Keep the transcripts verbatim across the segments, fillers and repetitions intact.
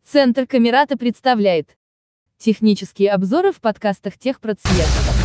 Центр Камерата представляет технические обзоры в подкастах Техпроцвет.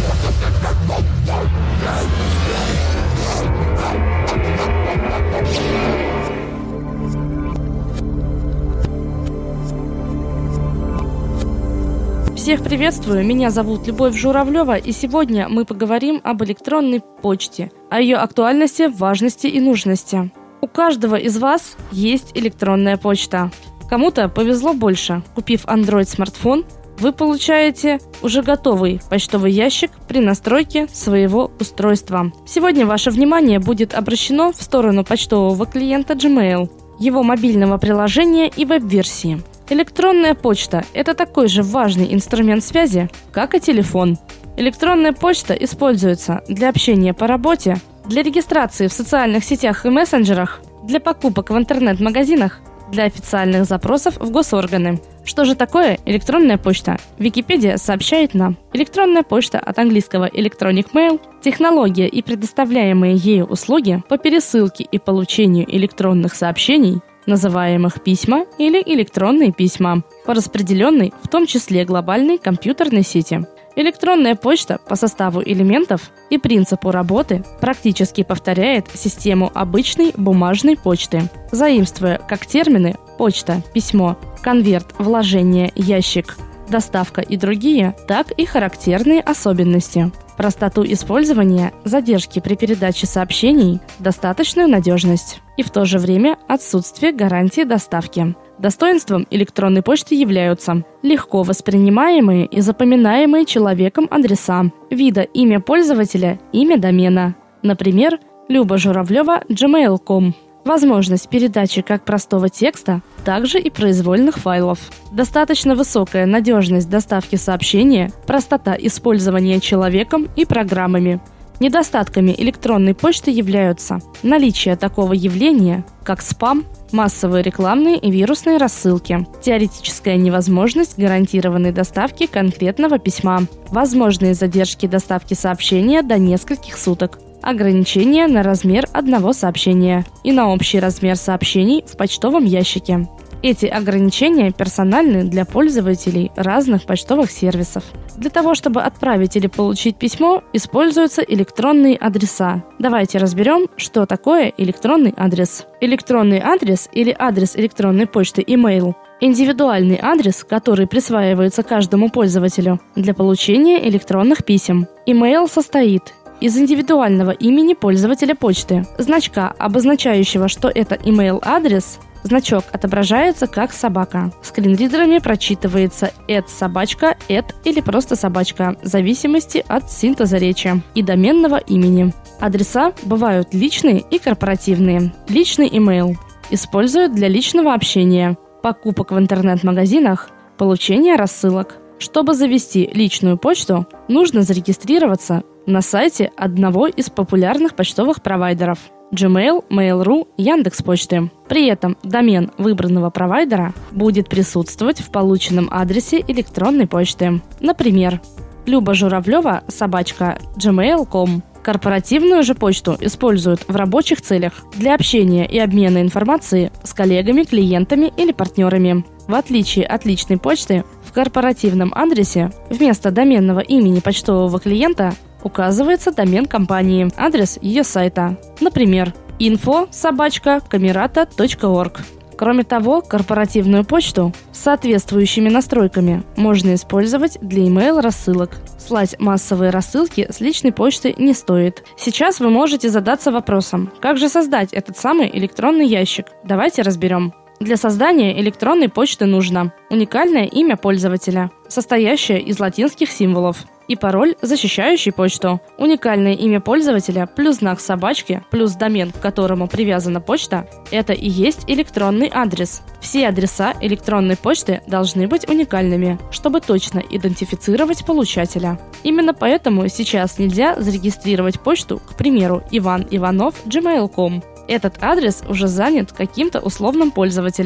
Всех приветствую, меня зовут Любовь Журавлева, и сегодня мы поговорим об электронной почте, о ее актуальности, важности и нужности. У каждого из вас есть электронная почта. Кому-то повезло больше. Купив Android-смартфон, вы получаете уже готовый почтовый ящик при настройке своего устройства. Сегодня ваше внимание будет обращено в сторону почтового клиента Gmail, его мобильного приложения и веб-версии. Электронная почта – это такой же важный инструмент связи, как и телефон. Электронная почта используется для общения по работе, для регистрации в социальных сетях и мессенджерах, для покупок в интернет-магазинах, для официальных запросов в госорганы. Что же такое электронная почта? Википедия сообщает нам. Электронная почта, от английского electronic mail, технология и предоставляемые ею услуги по пересылке и получению электронных сообщений, называемых письма или электронные письма, по распределенной, в том числе глобальной компьютерной сети. Электронная почта по составу элементов и принципу работы практически повторяет систему обычной бумажной почты, заимствуя как термины «почта», «письмо», «конверт», «вложение», «ящик», «доставка» и другие, так и характерные особенности: простоту использования, задержки при передаче сообщений, достаточную надежность и в то же время отсутствие гарантии доставки. Достоинством электронной почты являются легко воспринимаемые и запоминаемые человеком адреса, вида имя пользователя, имя домена, например, Люба Журавлева джимейл точка ком, возможность передачи как простого текста, так же и произвольных файлов, достаточно высокая надежность доставки сообщения, простота использования человеком и программами. Недостатками электронной почты являются наличие такого явления, как спам, массовые рекламные и вирусные рассылки, теоретическая невозможность гарантированной доставки конкретного письма, возможные задержки доставки сообщения до нескольких суток, ограничения на размер одного сообщения и на общий размер сообщений в почтовом ящике. Эти ограничения персональны для пользователей разных почтовых сервисов. Для того, чтобы отправить или получить письмо, используются электронные адреса. Давайте разберем, что такое электронный адрес. Электронный адрес или адрес электронной почты email – индивидуальный адрес, который присваивается каждому пользователю для получения электронных писем. Email состоит из индивидуального имени пользователя почты, значка, обозначающего, что это email-адрес. Значок отображается как собака. Скринридерами прочитывается «эд собачка», «эд» или просто «собачка», в зависимости от синтеза речи и доменного имени. Адреса бывают личные и корпоративные. Личный имейл используют для личного общения, покупок в интернет-магазинах, получения рассылок. Чтобы завести личную почту, нужно зарегистрироваться на сайте одного из популярных почтовых провайдеров – Gmail, Mail.ru, Яндекс.Почты. При этом домен выбранного провайдера будет присутствовать в полученном адресе электронной почты. Например, Люба Журавлева собачка джимейл точка ком. Корпоративную же почту используют в рабочих целях для общения и обмена информацией с коллегами, клиентами или партнерами. В отличие от личной почты, в корпоративном адресе вместо доменного имени почтового клиента указывается домен компании, адрес ее сайта, например, инфо собака камерата точка орг. Кроме того, корпоративную почту с соответствующими настройками можно использовать для email-рассылок. Слать массовые рассылки с личной почты не стоит. Сейчас вы можете задаться вопросом, как же создать этот самый электронный ящик? Давайте разберем. Для создания электронной почты нужно уникальное имя пользователя, состоящее из латинских символов, и пароль, защищающий почту. Уникальное имя пользователя плюс знак собачки плюс домен, к которому привязана почта – это и есть электронный адрес. Все адреса электронной почты должны быть уникальными, чтобы точно идентифицировать получателя. Именно поэтому сейчас нельзя зарегистрировать почту, к примеру, Иван Иванов джимейл точка ком. Этот адрес уже занят каким-то условным пользователем.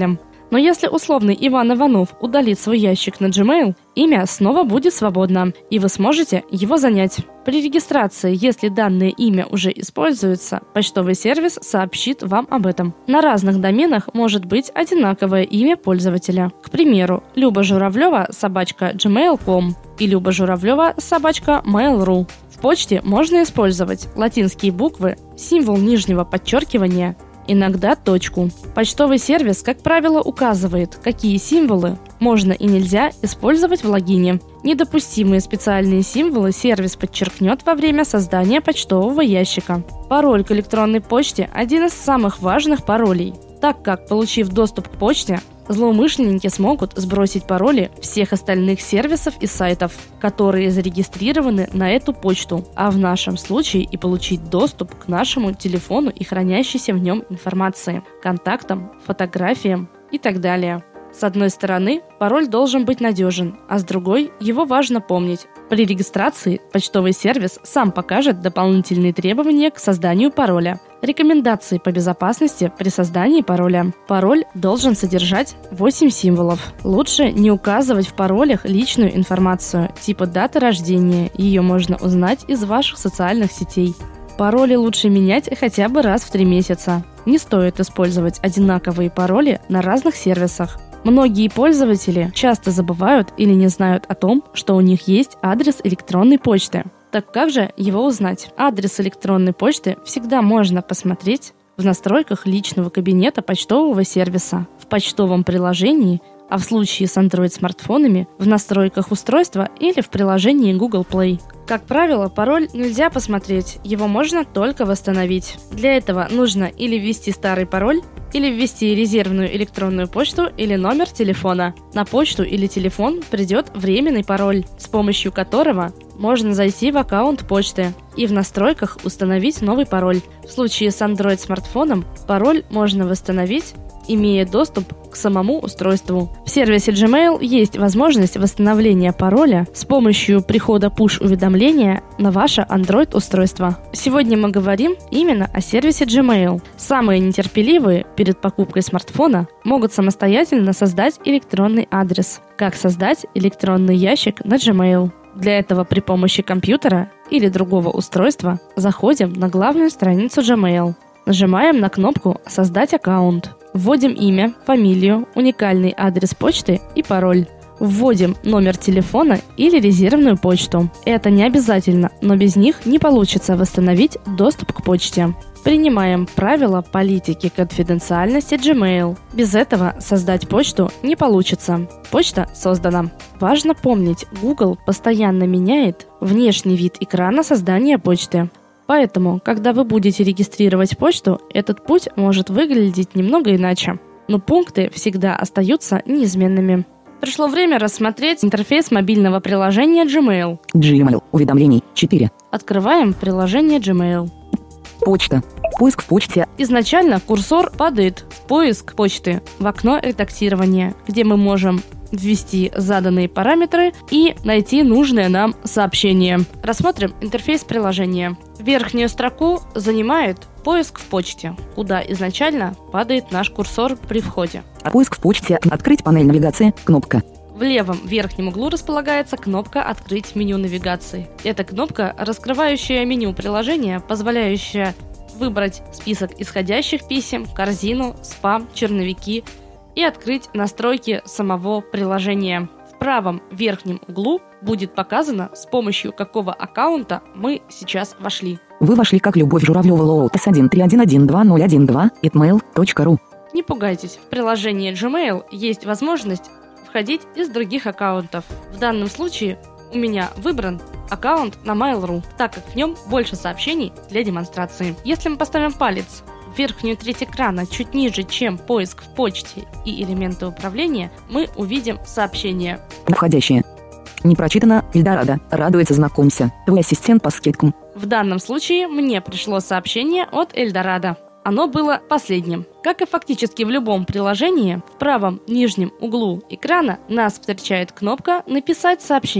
Но если условный Иван Иванов удалит свой ящик на Gmail, имя снова будет свободно, и вы сможете его занять. При регистрации, если данное имя уже используется, почтовый сервис сообщит вам об этом. На разных доменах может быть одинаковое имя пользователя. К примеру, Люба Журавлева собачка gmail точка ком и Люба Журавлева собачка mail точка ру. В почте можно использовать латинские буквы, символ нижнего подчеркивания, иногда точку. Почтовый сервис, как правило, указывает, какие символы можно и нельзя использовать в логине. Недопустимые специальные символы сервис подчеркнет во время создания почтового ящика. Пароль к электронной почте – один из самых важных паролей, так как, получив доступ к почте, злоумышленники смогут сбросить пароли всех остальных сервисов и сайтов, которые зарегистрированы на эту почту, а в нашем случае и получить доступ к нашему телефону и хранящейся в нем информации, контактам, фотографиям и так далее. С одной стороны, пароль должен быть надежен, а с другой, его важно помнить. При регистрации почтовый сервис сам покажет дополнительные требования к созданию пароля. Рекомендации по безопасности при создании пароля. Пароль должен содержать восемь символов. Лучше не указывать в паролях личную информацию, типа даты рождения, ее можно узнать из ваших социальных сетей. Пароли лучше менять хотя бы раз в три месяца. Не стоит использовать одинаковые пароли на разных сервисах. Многие пользователи часто забывают или не знают о том, что у них есть адрес электронной почты. Так как же его узнать? Адрес электронной почты всегда можно посмотреть в настройках личного кабинета почтового сервиса, в почтовом приложении, а в случае с Android-смартфонами в настройках устройства или в приложении Google Play. Как правило, пароль нельзя посмотреть, его можно только восстановить. Для этого нужно или ввести старый пароль, или ввести резервную электронную почту или номер телефона. На почту или телефон придет временный пароль, с помощью которого можно зайти в аккаунт почты и в настройках установить новый пароль. В случае с Android-смартфоном пароль можно восстановить, имея доступ к самому устройству. В сервисе Gmail есть возможность восстановления пароля с помощью прихода push-уведомления на ваше Android-устройство. Сегодня мы говорим именно о сервисе Gmail. Самые нетерпеливые перед покупкой смартфона могут самостоятельно создать электронный адрес. Как создать электронный ящик на Gmail? Для этого при помощи компьютера или другого устройства заходим на главную страницу Gmail. Нажимаем на кнопку «Создать аккаунт». Вводим имя, фамилию, уникальный адрес почты и пароль. Вводим номер телефона или резервную почту. Это не обязательно, но без них не получится восстановить доступ к почте. Принимаем правила политики конфиденциальности Gmail. Без этого создать почту не получится. Почта создана. Важно помнить, Google постоянно меняет внешний вид экрана создания почты. Поэтому, когда вы будете регистрировать почту, этот путь может выглядеть немного иначе. Но пункты всегда остаются неизменными. Пришло время рассмотреть интерфейс мобильного приложения Gmail. Gmail. Уведомлений. четыре. Открываем приложение Gmail. Почта. Поиск в почте. Изначально курсор падает в поиск почты в окно редактирования, где мы можем ввести заданные параметры и найти нужное нам сообщение. Рассмотрим интерфейс приложения. Верхнюю строку занимает поиск в почте, куда изначально падает наш курсор при входе. Поиск в почте. Открыть панель навигации. Кнопка. В левом верхнем углу располагается кнопка «Открыть меню навигации». Это кнопка, раскрывающая меню приложения, позволяющая выбрать список исходящих писем, корзину, спам, черновики и открыть настройки самого приложения. В правом верхнем углу будет показано, с помощью какого аккаунта мы сейчас вошли. Вы вошли как Любовь Журавлева Лоутес один три один один два ноль один два эт мейл точка ру. Не пугайтесь, в приложении Gmail есть возможность входить из других аккаунтов. В данном случае у меня выбран аккаунт на mail точка ру, так как в нем больше сообщений для демонстрации. Если мы поставим палец в верхнюю треть экрана чуть ниже, чем поиск в почте и элементы управления, мы увидим сообщение. Входящее. Не прочитано. Эльдорадо. Радуется, знакомься. Твой ассистент по скидкам. В данном случае мне пришло сообщение от Эльдорадо. Оно было последним. Как и фактически в любом приложении, в правом нижнем углу экрана нас встречает кнопка «Написать сообщение».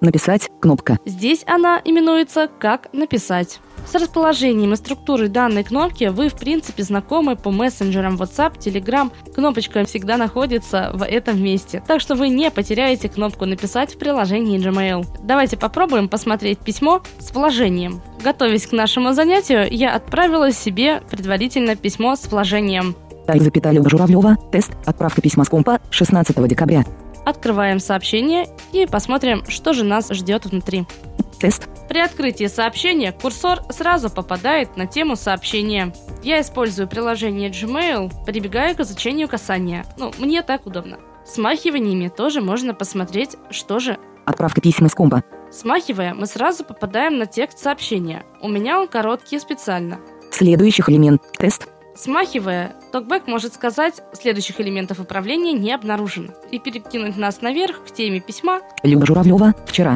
Написать. Кнопка. Здесь она именуется как «Написать». С расположением и структурой данной кнопки вы, в принципе, знакомы по мессенджерам WhatsApp, Telegram. Кнопочка всегда находится в этом месте, так что вы не потеряете кнопку «Написать» в приложении Gmail. Давайте попробуем посмотреть письмо с вложением. Готовясь к нашему занятию, я отправила себе предварительно письмо с вложением. Так, запятая Люба Журавлева. Тест. Отправка письма с компа шестнадцатого декабря. Открываем сообщение и посмотрим, что же нас ждет внутри. Тест. При открытии сообщения курсор сразу попадает на тему сообщения. Я использую приложение Gmail, прибегая к изучению касания. Ну, мне так удобно. Смахиваниями тоже можно посмотреть, что же. Отправка письма с компа. Смахивая, мы сразу попадаем на текст сообщения. У меня он короткий специально. Следующих элемент. Тест. Смахивая, токбэк может сказать, следующих элементов управления не обнаружено, и перекинуть нас наверх к теме письма. Люба Журавлева. Вчера.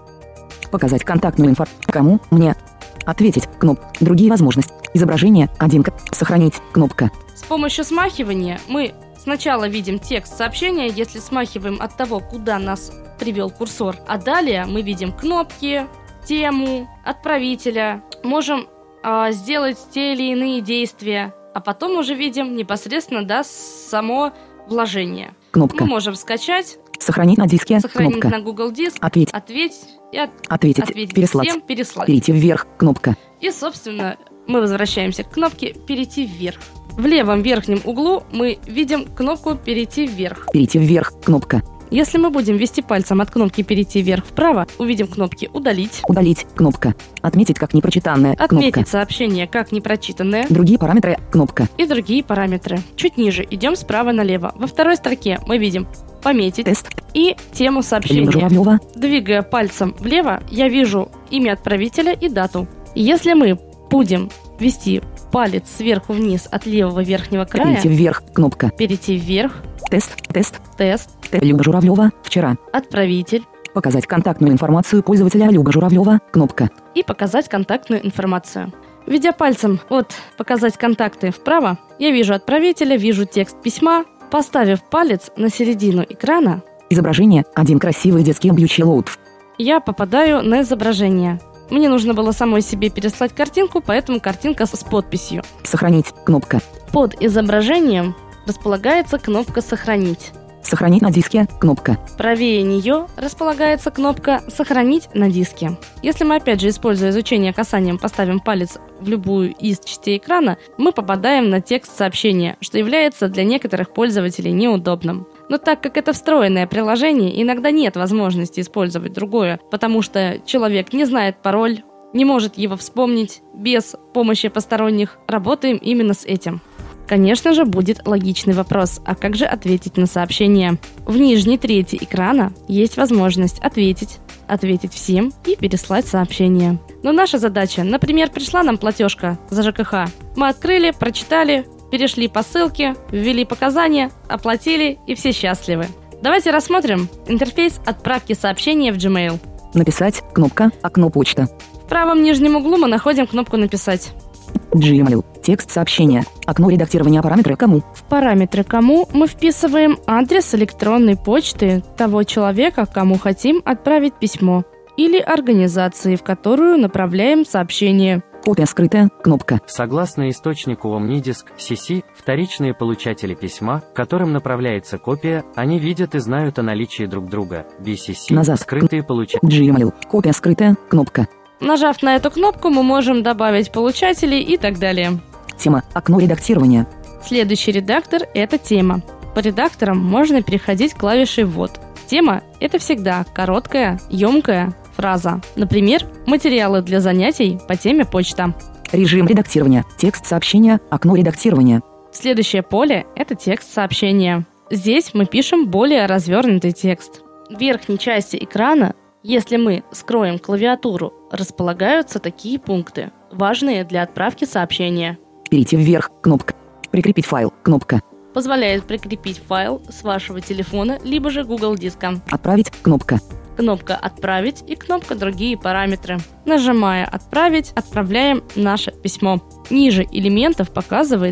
Показать контактную информацию. Кому? Мне. Ответить. Кнопка. Другие возможности. Изображение. Один. Сохранить. Кнопка. С помощью смахивания мы сначала видим текст сообщения, если смахиваем от того, куда нас привел курсор, а далее мы видим кнопки, тему, отправителя. Можем э, сделать те или иные действия, а потом уже видим непосредственно, да, само вложение. Кнопка. Мы можем скачать, сохранить на диске. сохранить Кнопка. на Google Диск, Ответь. ответить и от... Ответить. ответить Переслать. всем, переслать. Перейти вверх. Кнопка. И, собственно, мы возвращаемся к кнопке «Перейти вверх». В левом верхнем углу мы видим кнопку «Перейти вверх». Перейти вверх. Кнопка. Если мы будем вести пальцем от кнопки «Перейти вверх» вправо, увидим кнопки «Удалить», Удалить. Кнопка. Отметить как непрочитанное. «Отметить Кнопка. сообщение как непрочитанное» Другие параметры. Кнопка. и другие параметры. Чуть ниже идем справа налево. Во второй строке мы видим «Пометить» Тест. и тему Люба сообщения. Журавлева. Двигая пальцем влево, я вижу имя отправителя и дату. Если мы будем вести палец сверху вниз от левого верхнего края, Перейти вверх. Кнопка. перейти вверх, Тест. Тест. тест, Т. Люба Журавлева. Вчера. отправитель Показать контактную информацию пользователя Люба Журавлева. Кнопка. и показать контактную информацию. Введя пальцем от «Показать контакты» вправо, я вижу отправителя, вижу текст письма. Поставив палец на середину экрана, Изображение. Один красивый детский бьючий лоуд. я попадаю на изображение. Мне нужно было самой себе переслать картинку, поэтому картинка с подписью. Сохранить. Кнопка. Под изображением располагается кнопка «Сохранить». Сохранить на диске. Кнопка. Правее нее располагается кнопка «Сохранить на диске». Если мы опять же, используя изучение касанием, поставим палец в любую из частей экрана, мы попадаем на текст сообщения, что является для некоторых пользователей неудобным. Но так как это встроенное приложение, иногда нет возможности использовать другое, потому что человек не знает пароль, не может его вспомнить без помощи посторонних. Работаем именно с этим. Конечно же, будет логичный вопрос, а как же ответить на сообщение? В нижней трети экрана есть возможность ответить, ответить всем и переслать сообщение. Но наша задача, например, пришла нам платежка за ЖКХ. Мы открыли, прочитали, перешли по ссылке, ввели показания, оплатили и все счастливы. Давайте рассмотрим интерфейс отправки сообщения в Gmail. Написать. Кнопка. Окно почта. В правом нижнем углу мы находим кнопку «Написать». Gmail. Текст сообщения. Окно редактирования параметры кому. В параметры «Кому» мы вписываем адрес электронной почты того человека, кому хотим отправить письмо, или организации, в которую направляем сообщение. Копия скрытая. Кнопка. Согласно источнику Omnidisk, си си, вторичные получатели письма, которым направляется копия, они видят и знают о наличии друг друга. би си си, Назад. скрытые получатели. Gmail. Копия скрытая. Кнопка. Нажав на эту кнопку, мы можем добавить получателей и так далее. Тема. Окно редактирования. Следующий редактор – это тема. По редакторам можно переходить клавишей «Ввод». Тема – это всегда короткая, емкая фраза. Например, материалы для занятий по теме почта. Режим редактирования. Текст сообщения. Окно редактирования. Следующее поле – это текст сообщения. Здесь мы пишем более развернутый текст. В верхней части экрана, если мы скроем клавиатуру, располагаются такие пункты, важные для отправки сообщения. Перейти вверх. Кнопка. Прикрепить файл. Кнопка. Позволяет прикрепить файл с вашего телефона, либо же Google диска. Отправить. Кнопка. Кнопка «Отправить» и кнопка «Другие параметры». Нажимая «Отправить», отправляем наше письмо. Ниже элементов показывается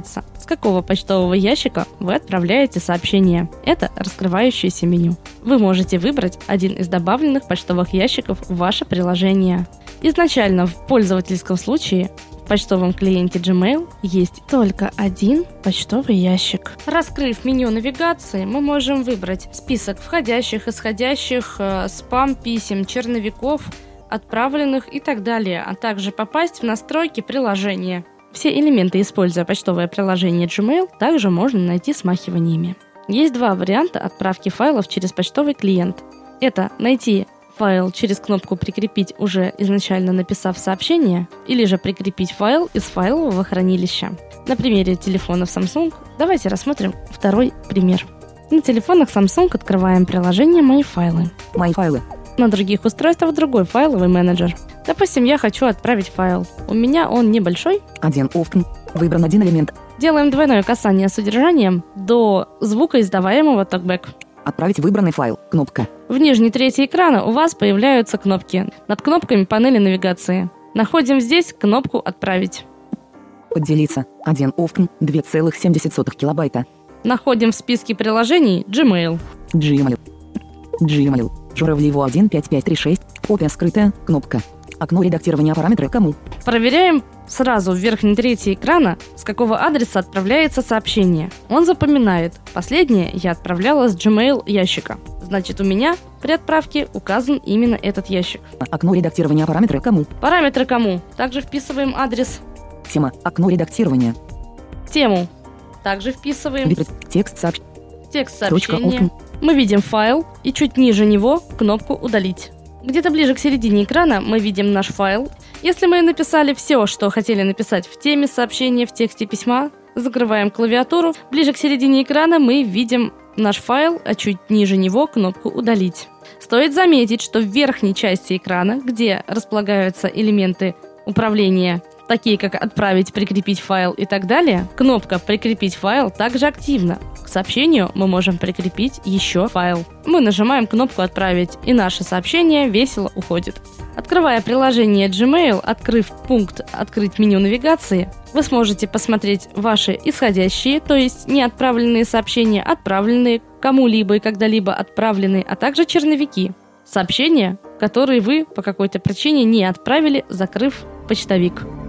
с какого почтового ящика вы отправляете сообщение. Это раскрывающееся меню. Вы можете выбрать один из добавленных почтовых ящиков в ваше приложение. Изначально в пользовательском случае в почтовом клиенте Gmail есть только один почтовый ящик. Раскрыв меню навигации, мы можем выбрать список входящих, исходящих, э, спам-писем, черновиков, отправленных и так далее, а также попасть в настройки приложения. Все элементы, используя почтовое приложение Gmail, также можно найти смахиваниями. Есть два варианта отправки файлов через почтовый клиент. Это найти файл через кнопку «Прикрепить», уже изначально написав сообщение, или же прикрепить файл из файлового хранилища. На примере телефонов Samsung давайте рассмотрим второй пример. На телефонах Samsung открываем приложение «Мои файлы». Мои файлы. На других устройствах другой файловый менеджер. Допустим, я хочу отправить файл. У меня он небольшой. Один Open. Выбран один элемент. Делаем двойное касание содержанием до звука издаваемого токбэк. Отправить выбранный файл. Кнопка. В нижней трети экрана у вас появляются кнопки. Над кнопками панели навигации. Находим здесь кнопку «Отправить». Поделиться. один Open. два целых семьдесят сотых килобайта. Находим в списке приложений Gmail. Gmail. Gmail. Журавлеву один пять пять три шесть. Копия скрытая. Кнопка. Окно редактирования параметра «Кому». Проверяем сразу в верхней трети экрана, с какого адреса отправляется сообщение. Он запоминает. Последнее я отправляла с Gmail ящика. Значит, у меня при отправке указан именно этот ящик. Окно редактирования параметра «Кому». Параметры «Кому». Также вписываем адрес. Тема. Окно редактирования. Тему. Также вписываем. Выбрать текст сообщ... Текст Точка сообщения. open. Мы видим файл и чуть ниже него кнопку «Удалить». Где-то ближе к середине экрана мы видим наш файл. Если мы написали все, что хотели написать в теме сообщения, в тексте письма, закрываем клавиатуру. Ближе к середине экрана мы видим наш файл, а чуть ниже него кнопку «Удалить». Стоит заметить, что в верхней части экрана, где располагаются элементы управления, такие как «Отправить», «Прикрепить файл» и так далее, кнопка «Прикрепить файл» также активна. К сообщению мы можем прикрепить еще файл. Мы нажимаем кнопку «Отправить», и наше сообщение весело уходит. Открывая приложение Gmail, открыв пункт «Открыть меню навигации», вы сможете посмотреть ваши исходящие, то есть неотправленные сообщения, отправленные кому-либо и когда-либо отправленные, а также черновики. Сообщения, которые вы по какой-то причине не отправили, закрыв почтовик.